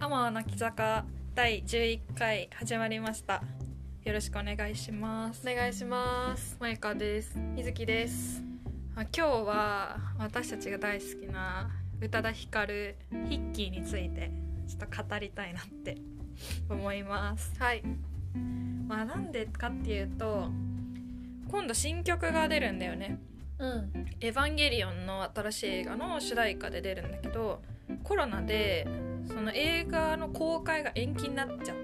浜は泣き坂第11回始まりました。よろしくお願いします。 お願いします。 まゆかです。 みずきです。 今日は私たちが大好きな宇多田ヒカルヒッキーについてちょっと語りたいなって思います。 はい。 なんでかっていうと、今度新曲が出るんだよね。エヴァンゲリオンの新しい映画の主題歌で出るんだけど、コロナでその映画の公開が延期になっちゃって、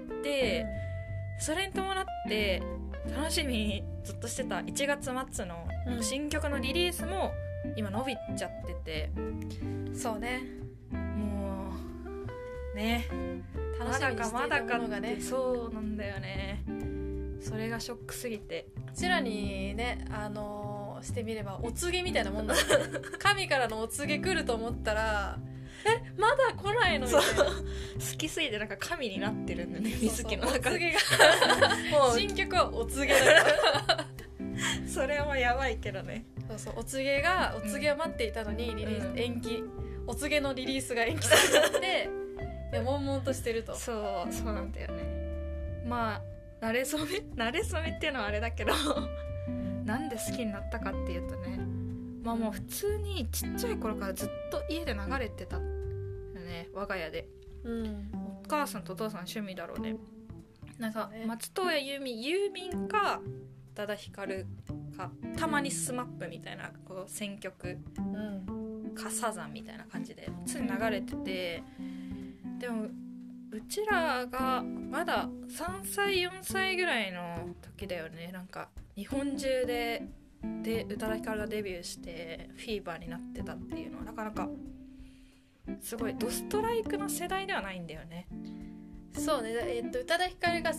それに伴って楽しみにずっとしてた1月末の新曲のリリースも今伸びちゃってて、 そうね、 もうね、 楽しみにしていたものがね、 そうなんだよね。それがショックすぎて、 うちらにね、してみればお告げみたいなもんだ神からのお告げ来ると思ったらまだ来ないのみたいな。 好きすぎてなんか神になってるんだね、水木の中で。 お告げがもう新曲はお告げだからそれもやばいけどね。 そうお告げを待っていたのにリリース延期、お告げのリリースが延期されちゃっていや悶々としてると。 そうなんだよね。慣れ初めっていうのはあれだけどなんで好きになったかっていうとね、もう普通にちっちゃい頃からずっと家で流れてたよね、我が家で。お母さんとお父さん趣味だろうね。なんか松任谷由実、ユーミンか宇多田ヒカルか、たまにスマップみたいなこう選曲かサザンみたいな感じで常に流れてて、でもうちらがまだ3歳4歳ぐらいの時だよね。なんか日本中で宇多田ヒカルがデビューしてフィーバーになってたっていうのはなかなかすごいドストライクの世代ではないんだよね。 そうね、宇多田ヒカルが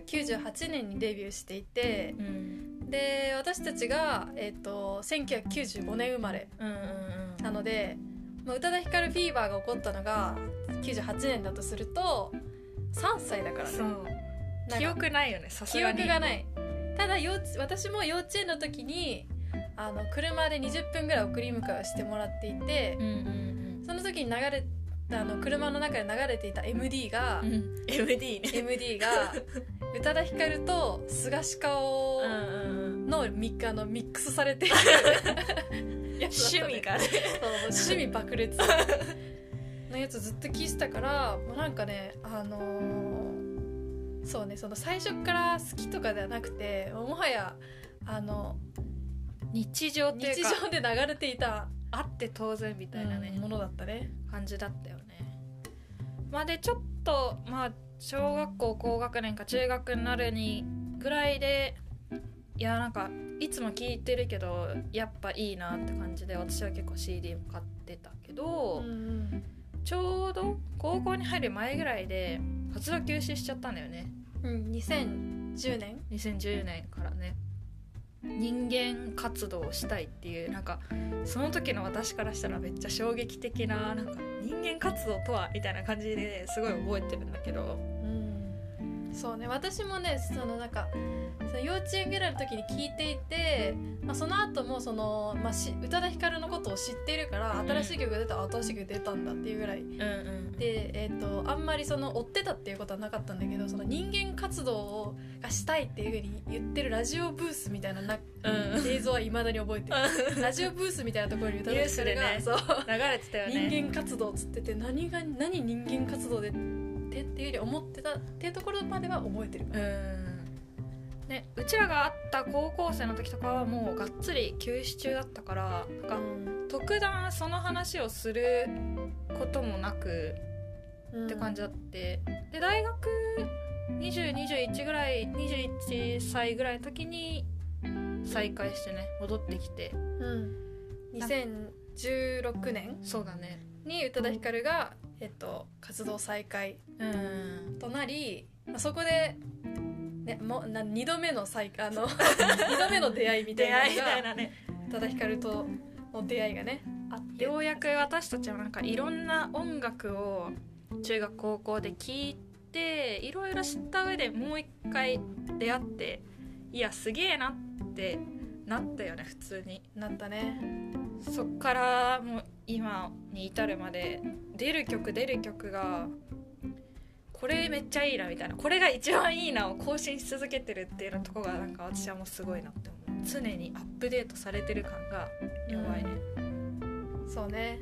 1998年にデビューしていて、で私たちが、1995年生まれなので、宇多田ヒカルフィーバーが起こったのが98年だとすると3歳だからね。 そう記憶ないよね、さすがに。 記憶がない。ただ私も幼稚園の時に車で20分ぐらい送り迎えをしてもらっていて、その時に車の中で流れていた MD が、MD が宇多田ヒカルとスガシカオのミックスされている趣味がね趣味爆裂のやつずっと聴いてたから、もうなんかねそうね、その最初から好きとかではなくて、もはや日常っていうか日常で流れていたあって当然みたいなね、 ものだったね、 感じだったよね。でちょっと小学校高学年か中学になるにぐらいで、いやなんかいつも聴いてるけどやっぱいいなって感じで、私は結構 CD も買ってたけど、ちょうど高校に入る前ぐらいで活動休止しちゃったんだよね。 2010 年からね、人間活動をしたいっていう、なんかその時の私からしたらめっちゃ衝撃的な、なんか人間活動とはみたいな感じですごい覚えてるんだけど、 そうね、私もね、その幼稚園ぐらいの時に聞いていて、その後も宇多田ヒカルのことを知っているから、新しい曲が出たら新しい曲出たんだっていうぐらい、で、あんまり追ってたっていうことはなかったんだけど、その人間活動がしたいっていう風に言ってるラジオブースみたいな映像は未だに覚えてるラジオブースみたいなところに宇多田ヒカルが、 ね、流れてたよね。 人間活動っつってて、何人間活動でっていう風に思ってたっていうところまでは覚えてるから、 ね、うちらが会った高校生の時とかはもうがっつり休止中だったから、なんか特段その話をすることもなくって感じだって、で大学2021ぐらい、21歳ぐらいの時に再会してね、戻ってきて、 2016年そうだねに宇多田ヒカルが、活動再開となり、そこでね、2度目の2度目の出会いみたいなのが宇多田ヒカルとの出会いがねあって、 ようやく私たちはなんかいろんな音楽を中学高校で聴いて、いろいろ知った上でもう一回出会って、いやすげえなってなったよね。普通になったね。 そっからもう今に至るまで出る曲がこれめっちゃいいなみたいな、これが一番いいなを更新し続けてるっていうのとこがなんか私はもうすごいなって思う。常にアップデートされてる感がやばいね、 そうね。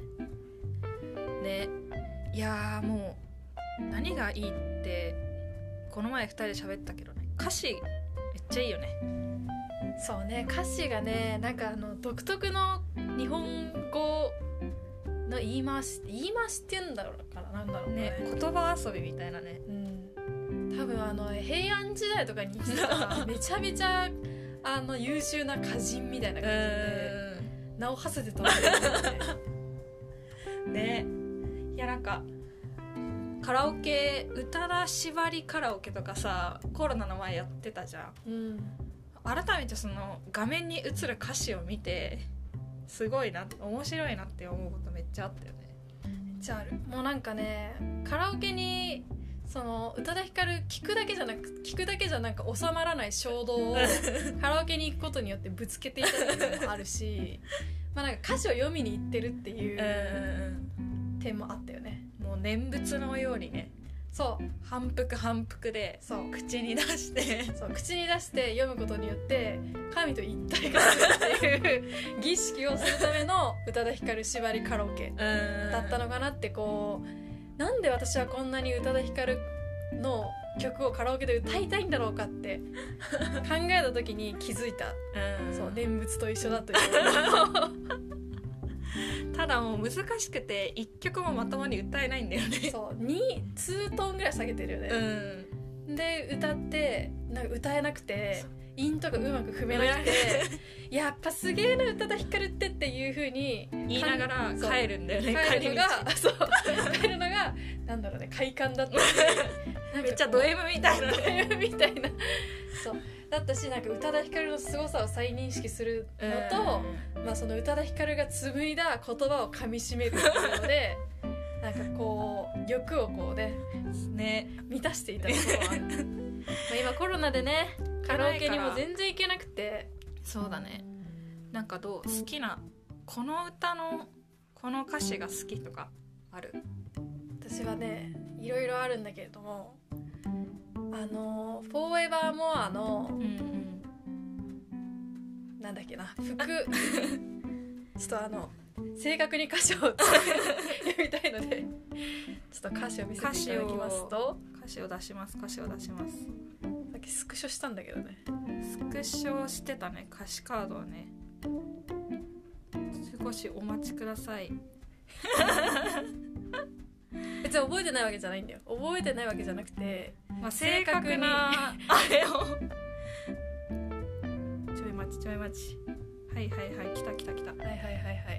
いやーもう何がいいってこの前2人で喋ったけどね、歌詞めっちゃいいよね。 そうね、歌詞がね、なんか独特の日本語の言い回しって言うんだろうからなんだろうね、 言葉遊びみたいなね。 多分平安時代とかに生きてたらめちゃめちゃ優秀な歌人みたいな感じで名を馳せてたんだよね。いやなんかカラオケ宇多田縛りカラオケとかさ、コロナの前やってたじゃん、改めてその画面に映る歌詞を見てすごいな、面白いなって思うことめっちゃあったよね。 めっちゃある。もうなんかね、カラオケにその宇多田ヒカル聞くだけじゃなんか収まらない衝動をカラオケに行くことによってぶつけていたっていうのもあるしまあなんか歌詞を読みに行ってるっていう点もあったよね。 もう念仏のようにね、 そう反復でそう口に出して読むことによって神と一体化するっていう儀式をするための宇多田ヒカル縛りカラオケだったのかなって、こうなんで私はこんなに宇多田ヒカルの曲をカラオケで歌いたいんだろうかって考えた時に気づいた、そう念仏と一緒だというただもう難しくて1曲もまともに歌えないんだよね。 そう2トーンぐらい下げてるよね、で歌ってなんか歌えなくて韻とかうまく踏めなくてやっぱすげえな宇多田ヒカルっていう風に言いながら帰るんだよね。 帰るのがなんだろうね、快感だっためっちゃド M みたいなそうだったし、なんか宇多田ヒカルの凄さを再認識するのと、まあ、その宇多田ヒカルが紡いだ言葉を噛み締めるっていうのでなんかこう欲をこうね満たしていたところはあるまあ今コロナでねカラオケにも全然行けなくて。 そうだね。なんかどう好きなこの歌のこの歌詞が好きとかある？ 私はねいろいろあるんだけれども、フォーエバーモアの、なんだっけな、ちょっと正確に歌詞を読みたいのでちょっと歌詞を見せていただきますと、 歌詞を出します。さっきスクショしたんだけどね。 スクショしてたね、歌詞カードはね。少しお待ちください別に覚えてないわけじゃないんだよ。覚えてないわけじゃなくて、 まあ、正確なあれをちょい待ちはい来たはい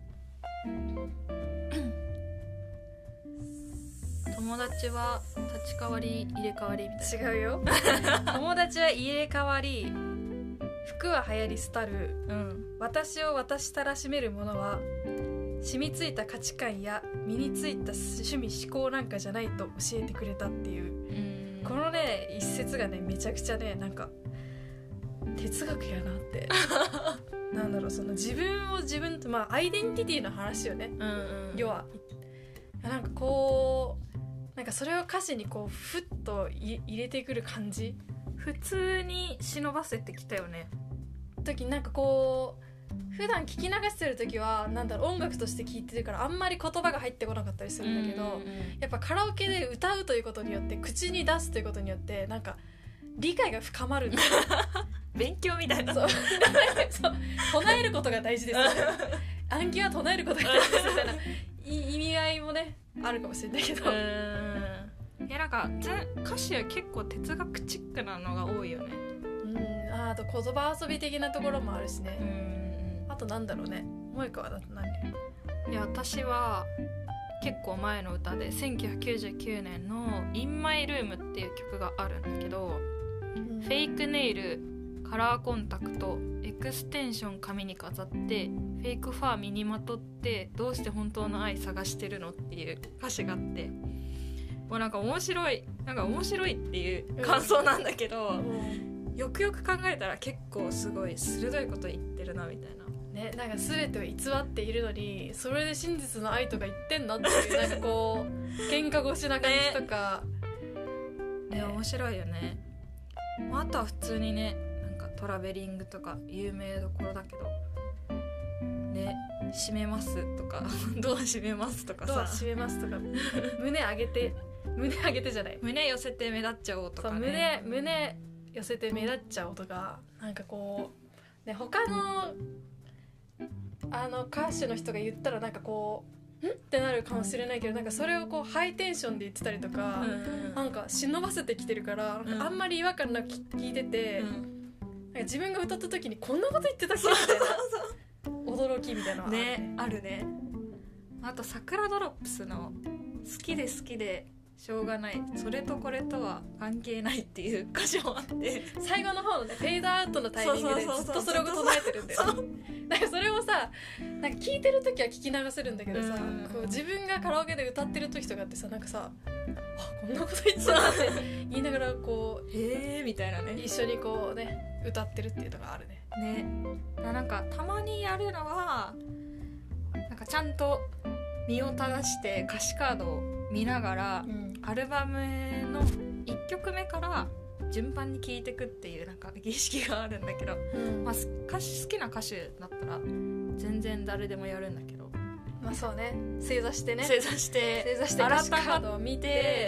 友達は立ち替わり入れ替わりみたいな。 違うよ友達は入れ替わり、服は流行り廃る、私を私たらしめるものは染みついた価値観や身についた趣味思考なんかじゃないと教えてくれたっていう、このね一節がねめちゃくちゃねなんか哲学やなってなんだろう、その自分と、まあアイデンティティの話よね、要はなんかこうなんかそれを歌詞にこうふっと入れてくる感じ、 普通に忍ばせてきたよね。 時なんかこう普段聞き流してる時はなんだろう、音楽として聴いてるからあんまり言葉が入ってこなかったりするんだけど、やっぱカラオケで歌うということによって口に出すということによってなんか理解が深まるんだよ勉強みたいな。 そう唱えることが大事です暗記は唱えることが大事ですみたいな意味合いもねあるかもしれないけど、 いやなんか歌詞は結構哲学チックなのが多いよね。 あと言葉遊び的なところもあるしね。あとなんだろうね、萌香はだと何？ いや私は結構前の歌で1999年の In My Room っていう曲があるんだけど、フェイクネイル、カラーコンタクト、エクステンション髪に飾って、フェイクファー身にまとって、どうして本当の愛探してるのっていう歌詞があって、もうなんか面白いっていう感想なんだけど、よくよく考えたら結構すごい鋭いこと言ってるなみたいな。 ね、なんか全てを偽っているのにそれで真実の愛とか言ってんのっていうなんかこう喧嘩越しな感じとか、 面白いよね。あとは普通にね、なんかトラベリングとか有名どころだけどね、閉めますとかドア閉めますとかさ、 ドア閉めますとか胸上げてじゃない、 胸寄せて目立っちゃおうとかそうね、 胸寄せて目立っちゃおうとか、なんかこう、ね、他の歌手の人が言ったらなんかこうってなるかもしれないけど、なんかそれをこうハイテンションで言ってたりとか、なんか忍ばせてきてるから、なんかあんまり違和感なく聞いてて、なんか自分が歌った時にこんなこと言ってたっけみたいな驚きみたいなのはね、あるね。あと桜ドロップスの好きで好きでしょうがない、それとこれとは関係ないっていう歌詞もあって、 最後の方のねフェードアウトのタイミングでずっとそれを唱えてるんだよ。なんかそれをさ、なんか聞いてる時は聞き流せるんだけどさ、こう自分がカラオケで歌ってる時とかってさ、なんかさ、あ、こんなこと言ってたなって言いながらこうへーみたいなね、 一緒にこうね歌ってるっていうのがあるね。 なんかたまにやるのはなんかちゃんと身を正して歌詞カードを見ながら、アルバムの1曲目から順番に聴いていくっていうなんか儀式があるんだけど、まあ、好きな歌手だったら全然誰でもやるんだけど、 まあそうね、正座して歌詞カードを見て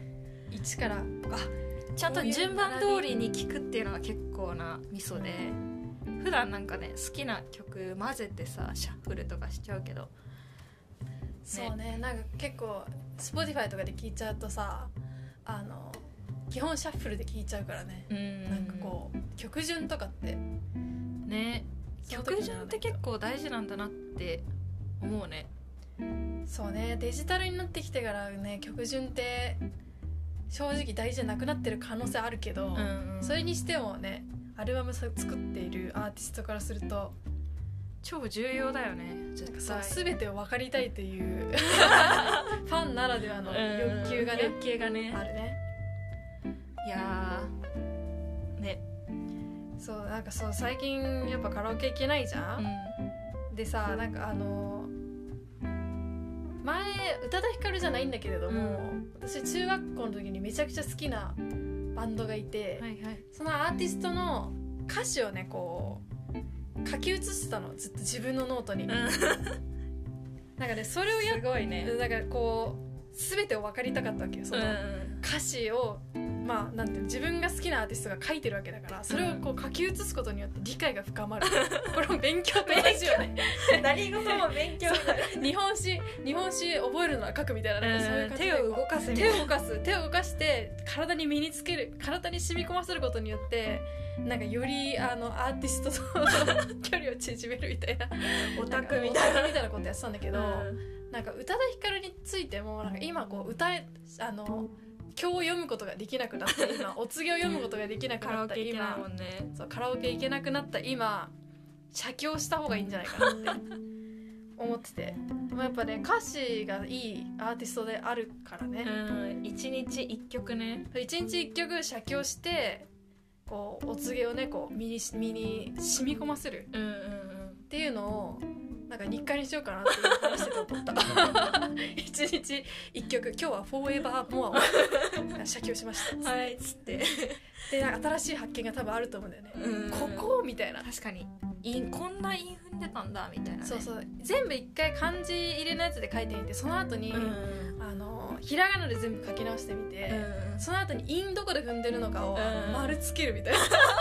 1からちゃんと順番通りに聴くっていうのが結構なミソで、普段なんかね好きな曲混ぜてさシャッフルとかしちゃうけど、 そうね、なんか結構 Spotify とかで聴いちゃうとさ、基本シャッフルで聴いちゃうからね、なんかこう曲順とかってね、 曲順って結構大事なんだなって思うね。 そうね、デジタルになってきてからね、曲順って正直大事じゃなくなってる可能性あるけど、それにしてもね、アルバム作っているアーティストからすると超重要だよね。 なんかさ、全てを分かりたいというファンならではの欲求がね、あるね。 いやーね、 そう、なんかそう、最近やっぱカラオケ行けないじゃん、でさ、なんか前宇多田ヒカルじゃないんだけれども、私中学校の時にめちゃくちゃ好きなバンドがいて、そのアーティストの歌詞をねこう書き写してたの、ずっと自分のノートに、なんかね、それをすごいね、 なんかこう全てを分かりたかったわけよ、その歌詞を、まあなんていうの、自分が好きなアーティストが書いてるわけだから、それをこう書き写すことによって理解が深まるこれも勉強と同じよね何事も勉強日本史覚えるのは書くみたいな、なんかそういう感じで手を動かす手を動かして体に身につける、体に染み込ませることによってなんかよりアーティストと距離を縮めるみたいなオタクみたいなことやってたんだけど、なんか宇多田ヒカルについてもなんか今こう今日読むことができなくなった今、お告げを読むことができなくなった今、そうカラオケ行けなくなった今、写経した方がいいんじゃないかなって思ってて、でもやっぱね、歌詞がいいアーティストであるからね、 一日一曲ね、 一日一曲写経してこうお告げをねこう身に染み込ませるっていうのをなんか日課にしようかなって話してて思った一日一曲、今日はフォーエバーモアを写経しましたはいっつってで、なんか新しい発見が多分あると思うんだよね、ここみたいな、 確かにこんな韻踏んでたんだみたいな、ね、 そうそう、全部一回漢字入れのやつで書いてみて、その後に、ひらがなで全部書き直してみて、その後に韻どこで踏んでるのかを丸つけるみたいな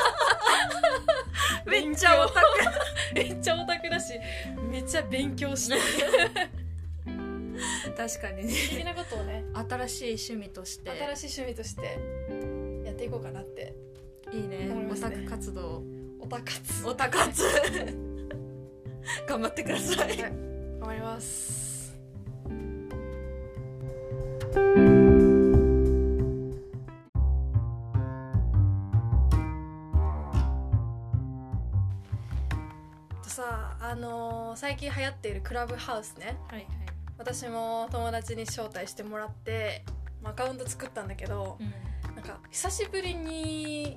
めっちゃオタクめっちゃオタクだし、めっちゃ勉強して確かにね、 的なことをね、 新しい趣味としてやっていこうかなって。 いいね、オタク活動、 オタ活頑張ってください、 はい、頑張ります。さあ、最近流行っているクラブハウスね、私も友達に招待してもらってアカウント作ったんだけど、なんか久しぶりに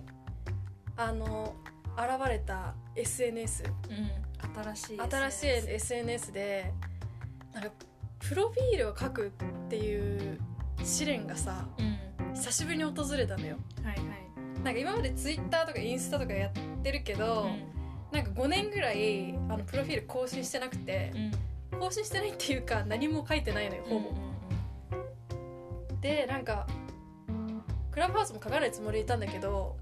現れた SNS、新しい SNS でなんかプロフィールを書くっていう試練がさ、 久しぶりに訪れたのよ。 はいはい。 なんか今までツイッターとかインスタとかやってるけど、なんか5年ぐらいプロフィール更新してなくて、更新してないっていうか何も書いてないのよほぼ、でなんかクラブハウスも書かないつもりでいたんだけど、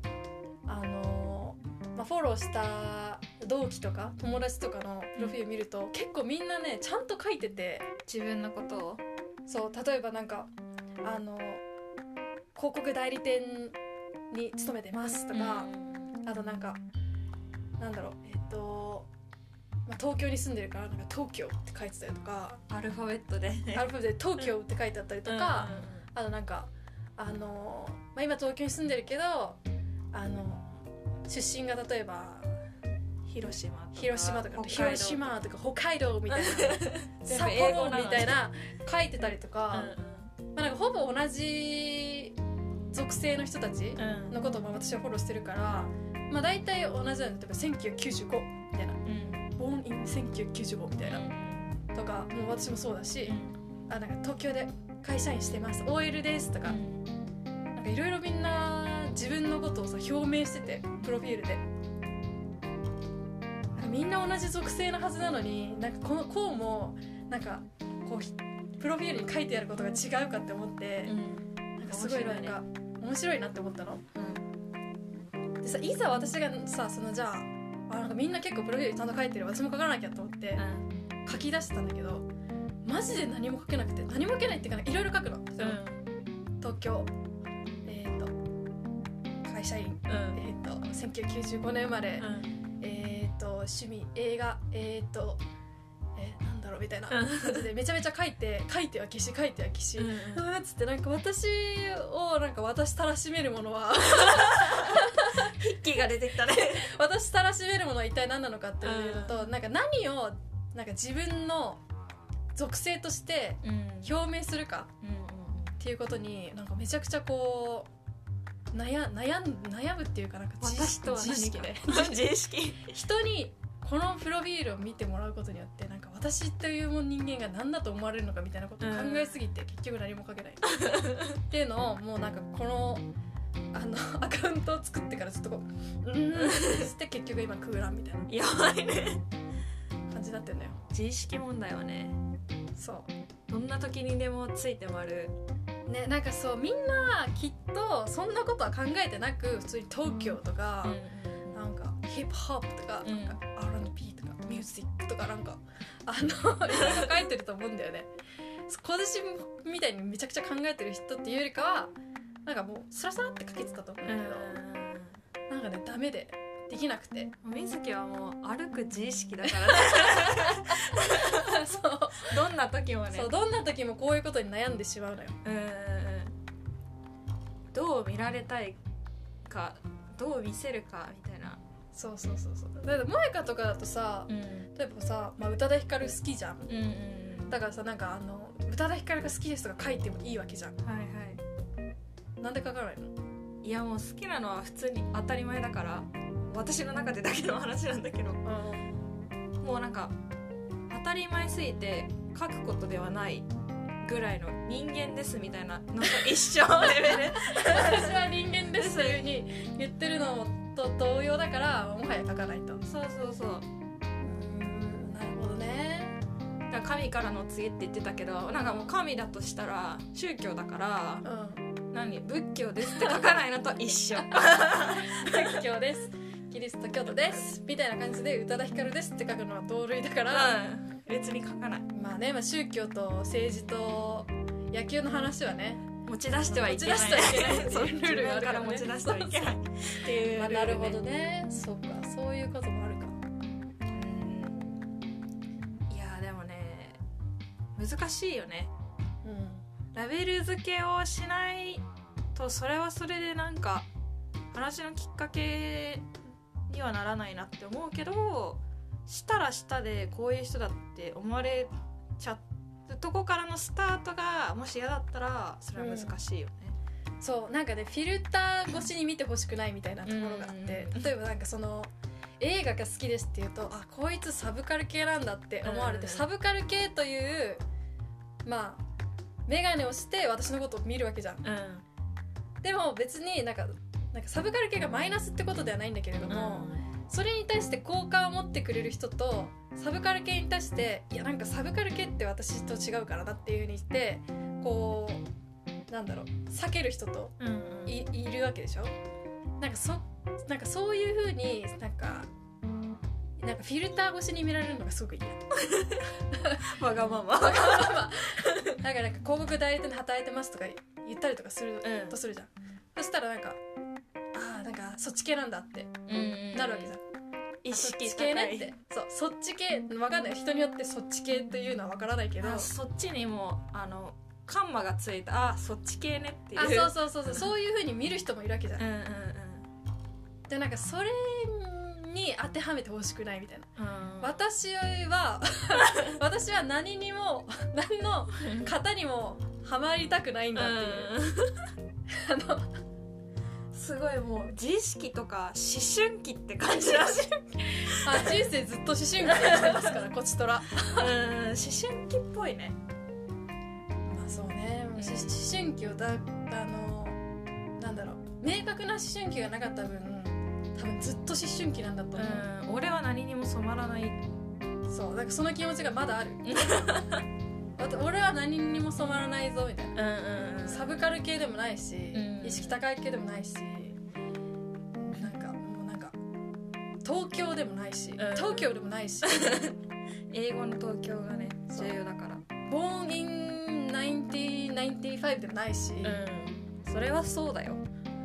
フォローした同期とか友達とかのプロフィール見ると、結構みんなねちゃんと書いてて、 自分のことを、 そう例えばなんか広告代理店に勤めてますとか、あとなんかなんだろう東京に住んでるからなんか東京って書いてたりとか、 アルファベットで東京って書いてあったりとか、あとなんか今東京に住んでるけど出身が例えば広島とか北海道みたいな札幌みたいな書いてたりとか、なんかほぼ同じ属性の人たちのことを私はフォローしてるから、大体同じなの。例えば1995みたいな、Born in 1995みたいなとか、もう私もそうだし、なんか東京で会社員してます OL ですとか、なんかいろいろみんな自分のことをさ表明してて、プロフィールでなんかみんな同じ属性のはずなのに、なんかこうもなんかこうプロフィールに書いてあることが違うかって思って、なんかすごいなんか面白いなって思ったの、でさ、いざ私がさじゃあなんかみんな結構プロフィールちゃんと書いてる、私も書かなきゃと思って書き出したんだけど、マジで何も書けなくて、何も書けないっていうかいろいろ書くの、東京会社員、1995年生まれ、趣味映画なんだろうみたいな感じでめちゃめちゃ書いては消しつってなんか私をなんか私たらしめるものは筆記が出てきたね私たらしめるものは一体何なのかっていうのと、なんか何をなんか自分の属性として表明するかっていうことになんかめちゃくちゃこう悩むっていうか、なんか私とは何かね自意識人にこのプロフィールを見てもらうことによってなんか私という人間が何だと思われるのかみたいなことを考えすぎて結局何も書けないっていうのをもうなんかこのアカウントを作ってからずっとこうして結局今空欄みたいなやばいね感じになってんだよ。 自意識問題はね、 そうどんな時にでもついて回るね、なんかそうみんなきっとそんなことは考えてなく、普通に東京とか、なんかヒップホップとか、なんか R&B とかミュージックとかなんかいろいろ書いてると思うんだよね。私みたいにめちゃくちゃ考えてる人っていうよりかはなんかもうスラスラって書けてたと思うんだけど、なんかねダメでできなくて、 水木はもう歩く自意識だからねそうどんな時もね、 そうどんな時もこういうことに悩んでしまうのよ。 どう見られたいかどう見せるかみたいな。 そうだって萌香とかだとさ、例えばさ、宇多田ヒカル好きじゃん、だからさなんか宇多田ヒカルが好きですとか書いてもいいわけじゃん。 はいはい。 なんで書かないの？ いやもう好きなのは普通に当たり前だから、私の中でだけの話なんだけど、もうなんか当たり前すぎて書くことではないぐらいの人間ですみたいなのと一緒レベル私は人間ですという風に言ってるのと同様だからもはや書かないと。 そうなるほどね。 だから神からの告げって言ってたけど、なんかもう神だとしたら宗教だから、仏教ですって書かないのと一緒仏教ですキリスト教徒ですみたいな感じで宇多田ヒカルですって書くのは同類だから、 別に書かない。 宗教と政治と野球の話はね持ち出してはいけないっていうルールがあるから持ち出してはいけないっていうルール、 なるほどね。そうか、そういうこともあるか。 いやでもね難しいよね、ラベル付けをしないとそれはそれでなんか話のきっかけにはならないなって思うけど、したらしたでこういう人だって思われちゃうとこからのスタートがもし嫌だったらそれは難しいよね、 そうなんかねフィルター越しに見てほしくないみたいなところがあって、例えばなんかその映画が好きですって言うと、あこいつサブカル系なんだって思われて、サブカル系というメガネをして私のことを見るわけじゃん、 でも別になんかサブカル系がマイナスってことではないんだけれども、それに対して好感を持ってくれる人とサブカル系に対していやなんかサブカル系って私と違うからなっていう風にしてこうなんだろう避ける人と いるわけでしょ。なんかそういう風になんかフィルター越しに見られるのがすごく嫌。 わがままなんか広告代理店で働いてますとか言ったりとかする、とするじゃん。そしたらなんかそっち系なんだってなるわけじゃん。 意識そっち系ねって。そっち系わかんない。人によってそっち系っていうのはわからないけど、 そっちにもカンマがついたそっち系ねっていう。 そういう風に見る人もいるわけじゃん。でなんかそれに当てはめてほしくないみたいな、私は何の型にもはまりたくないんだっていうすごいもう自意識とか思春期って感じだし人生ずっと思春期してますからこちとら思春期っぽいね。 まあそうね、思春期をなんだろう明確な思春期がなかった分多分ずっと思春期なんだと思う。 俺は何にも染まらない。 そうだからその気持ちがまだある俺は何にも染まらないぞみたいな、サブカル系でもないし、意識高い系でもないし、なんか東京でもないし、東京でもないし英語の東京がね重要だから。 Born in 1995でもないし、 それはそうだよ。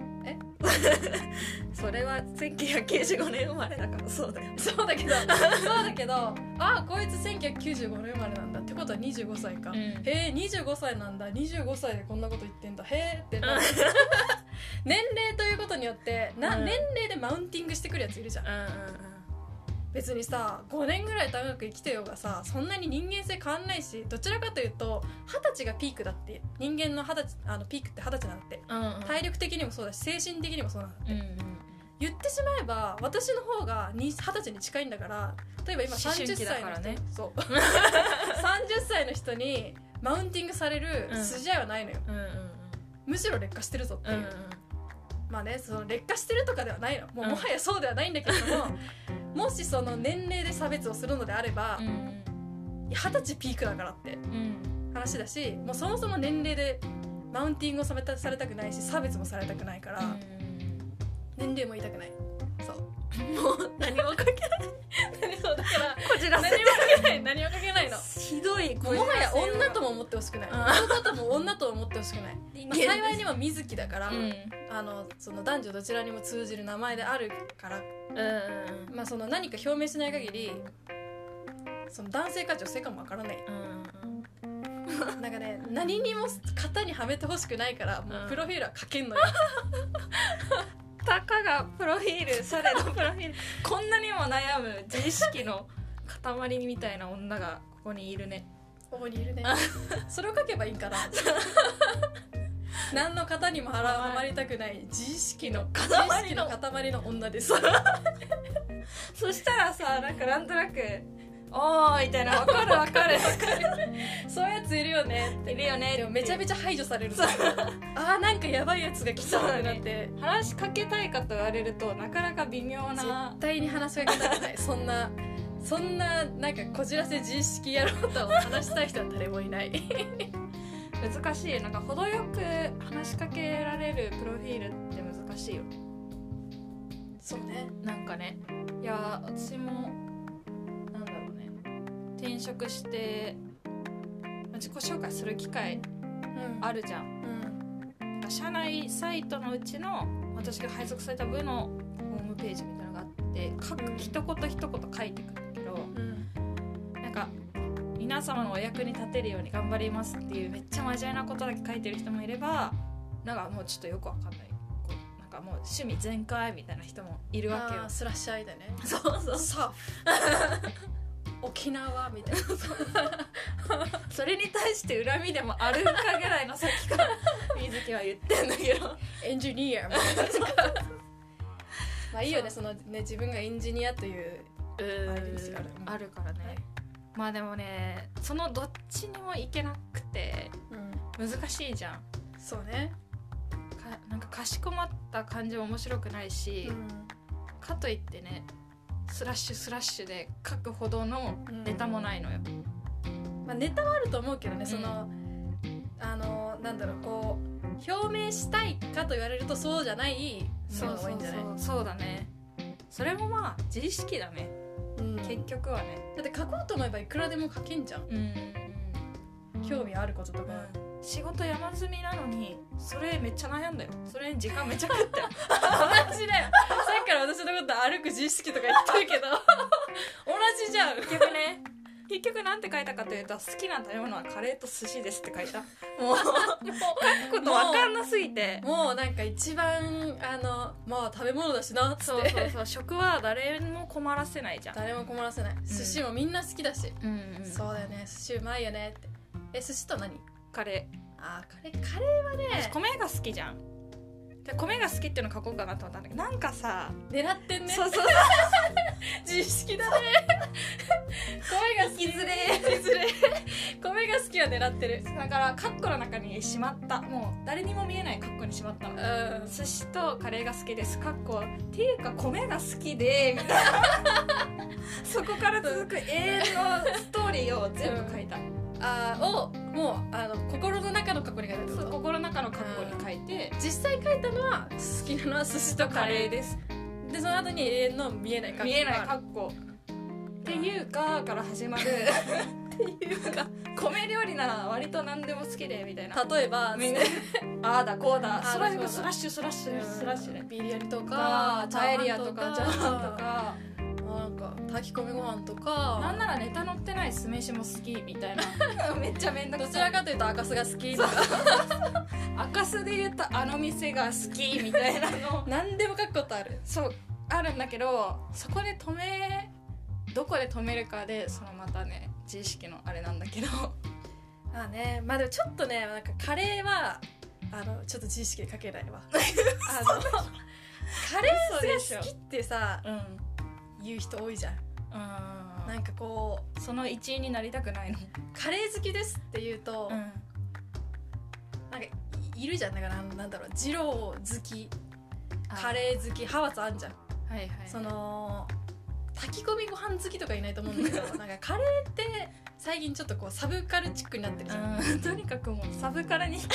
それは1995年生まれだからそうだよ。 そうだけどこいつ1995年生まれなんだってことは25歳か、へえ25歳なんだ、25歳でこんなこと言ってんだ、へえってなる年齢ということによって年齢でマウンティングしてくるやついるじゃん。別にさ5年ぐらい長く生きてようがさそんなに人間性変わんないし、どちらかというと20歳がピークだって。人間のピークって20歳なんだって、体力的にもそうだし精神的にもそうなんだって、言ってしまえば私の方が20歳に近いんだから、例えば今30歳の人、ね、そう30歳の人にマウンティングされる筋合いはないのよ、むしろ劣化してるぞっていう、まあねその劣化してるとかではないの、もはやそうではないんだけれどももしその年齢で差別をするのであれば、20歳ピークだからって話だし、もうそもそも年齢でマウンティングをされたくないし差別もされたくないから、年齢も言いたくない。そうもう何もかけないそうだからこちら何もかけないの。 ひどい。 もはや女とも思ってほしくない、男とも女とも思ってほしくない、幸いにも水木だから、その男女どちらにも通じる名前であるから、まあその何か表明しない限りその男性か女性かもわからない、なんかね何にも型にはめてほしくないからもうプロフィールは書けんのよたかがプロフィール、それのプロフィールこんなにも悩む自意識の塊みたいな女がここにいるね。 ここにいるねそれを書けばいいかな何の型にもはまりたくない自意識の塊の女ですそしたらさなんとなくおーみたいな、わかるそういうやついるよねいるよね。 でもめちゃめちゃ排除されるなんかやばいやつが来たってなって、 話しかけたいかと言われるとなかなか微妙な。 絶対に話しかけたくないそんななんかこじらせ自意識やろうと話したい人は誰もいない難しい。なんか程よく話しかけられるプロフィールって難しいよ。 そうね。 なんかね、いや私もなんだろうね、転職して自己紹介する機会あるじゃん、社内サイトのうちの私が配属された部のホームページみたいなのがあって、一言一言書いてくんだけど、なんか皆様のお役に立てるように頑張りますっていうめっちゃ真面目なことだけ書いてる人もいれば、なんかもうちょっとよくわかんない、なんかもう趣味全開みたいな人もいるわけよ。 スラッシュアイだね。 そうサーフ沖縄みたいなそれに対して恨みでもあるんかぐらいのさっきから水木は言ってんだけどエンジニアみたいなまあいいよね、そのね自分がエンジニアというあるからね。まあでもね、そのどっちにもいけなくて難しいじゃん。 そうね。 なんかかしこまった感じも面白くないし、かといってねスラッシュで書くほどのネタもないのよ、 まあ、ネタはあると思うけどね、そのなんだろう、こう表明したいかと言われるとそうじゃないものが多いんじゃない？ そうだね。それもまあ自意識だね、結局はね。 だって書こうと思えばいくらでも書けんじゃん、興味あることとか、 仕事山積みなのにそれめっちゃ悩んだよ。それに時間めっちゃかかったよ同じだよ。さっきから私のこと歩く自意識とか言ってるけど同じじゃん。 結局なんて書いたかというと、好きな食べ物はカレーと寿司ですって書いた。もう書くこと分かんなすぎて、 もうなんか一番まあ食べ物だしなっつって。 そう食は誰も困らせないじゃん。 誰も困らせない。寿司もみんな好きだし、そうだよね、寿司うまいよねって。寿司と何？ カレー。 カレーはね、 米が好きじゃん。で米が好きっていうの書こうかなと思ったんだけど、なんかさ狙ってんね。 そう自意識だね米が好きずれ米が好きは狙ってる。 だからカッコの中にしまった、もう誰にも見えないカッコにしまったの、寿司とカレーが好きですカッコっていうか米が好きでみたいなそこから続く永遠のストーリーを全部書いた、 をもう心の中のカッコに書いたってこと？ そう、心の中のカッコに書いて、 実際書いたのは好きなのは寿司とカレーです。でその後に永遠の見えないカッコっていうかから始まるっていうか米料理なら割と何でも好きでみたいな、 例えばああだこうだスラッシュね、 ビリヤニとかパエリアとかチャーハンとか、 なんか炊き込みご飯とか、 なんならネタ載ってない酢飯も好きみたいなめっちゃめんどくさい。 どちらかというと赤酢が好きとか赤酢で言うとあの店が好きみたいなの何でも書くことある。 そうあるんだけど、そこでどこで止めるかでそのまたね自意識のあれなんだけどね、まあでもちょっとね、なんかカレーはちょっと自意識で書けないわカレーが好きってさ、言う人多いじゃん。なんかこうその一員になりたくないの。 カレー好きですって言うと、なんかいるじゃん。だからなんだろう、二郎好き、カレー好き、派閥あんじゃん。その炊き込みご飯好きとかいないと思うんだけどなんかカレーって最近ちょっとこうサブカルチックになってるじゃん。 とにかくもうサブカルに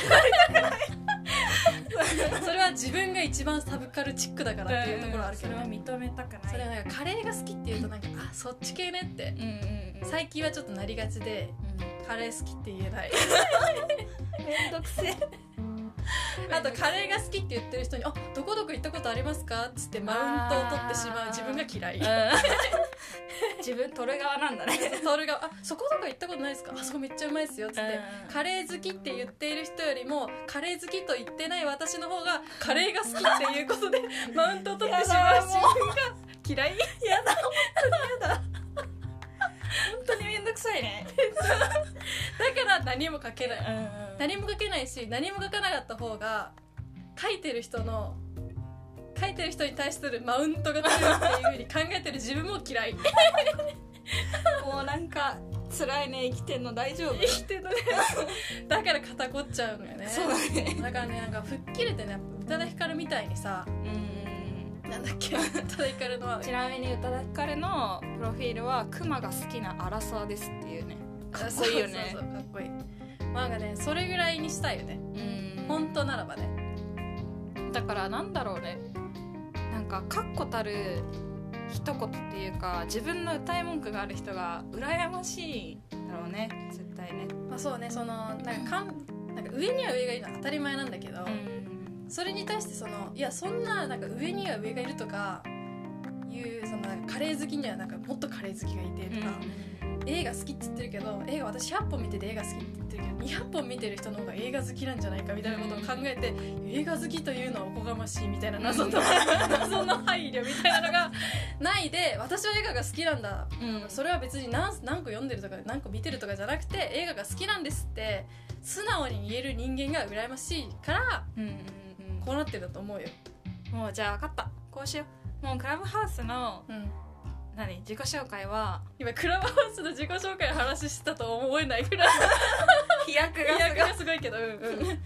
それは自分が一番サブカルチックだからっていうところあるけど、 それは認めたくない。 それはなんかカレーが好きっていうとなんかそっち系ねって、最近はちょっとなりがちで、カレー好きって言えないめんどくせえあとカレーが好きって言ってる人にどこどこ行ったことありますかっつってマウントを取ってしまう自分が嫌い、 自分取る側なんだね。 取る側、そこどこ行ったことないですか、そこめっちゃうまいですよっつって、カレー好きって言っている人よりもカレー好きと言ってない私の方がカレーが好きっていうことでマウントを取ってしまう自分が嫌い。 やだ、本当にやだ本当にめんどくさいねだから何も書けない、何も書けないし、何も書かなかった方が書いてる人に対するマウントが強いっていう風に考えてる自分も嫌いもうなんか辛いね、生きてんの大丈夫？ 生きてんのねだから肩こっちゃうのよね。 そうだね。 だからね、なんか吹っ切れてね、宇多田ヒカルみたいにさ、なんだっけ宇多田ヒカルのちなみに宇多田ヒカルのプロフィールはクマが好きなアラサーですっていうね。かっこいいよね。 そうかっこいい。なんかね、それぐらいにしたいよね。本当ならばね。 だからなんだろうね、なんか確固たる一言っていうか自分の歌い文句がある人が羨ましいだろうね、絶対ね。 まあそうね、そのなんか上には上がいるのは当たり前なんだけど、それに対していやそんな、なんか上には上がいるとかいうそのなんかカレー好きにはなんかもっとカレー好きがいてとか、映画好きって言ってるけど、映画私100本見てて映画好きって言ってるけど200本見てる人の方が映画好きなんじゃないかみたいなことを考えて、映画好きというのはおこがましいみたいな謎の配慮みたいなのがないで、私は映画が好きなんだ、それは別に何個読んでるとか何個見てるとかじゃなくて映画が好きなんですって素直に言える人間が羨ましいから、こうなってるんだと思うよ。 もうじゃあ分かった、こうしよう。もうクラブハウスの、自己紹介は今クラブハウスの自己紹介の話してたと思えないぐらい飛躍がすごいけど、 書い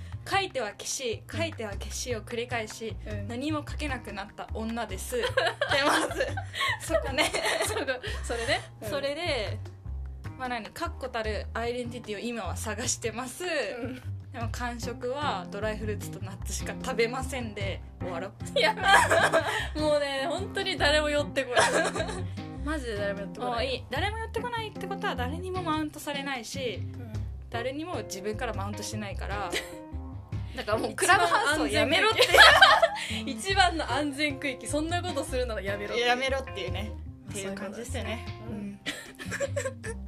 いては消し書いては消しを繰り返し、何も書けなくなった女ですでまずそこねそれね、 それでまあ確固たるアイデンティティを今は探してます、でも間食はドライフルーツとナッツしか食べませんで終わろう。 いやもうね本当に誰も寄ってこないマジで誰も寄ってこない。 いい、誰も寄ってこないってことは誰にもマウントされないし、誰にも自分からマウントしないからだからもうクラブハウスをやめろって一番の安全区域、そんなことするならやめろっていうねっていう感じですよね。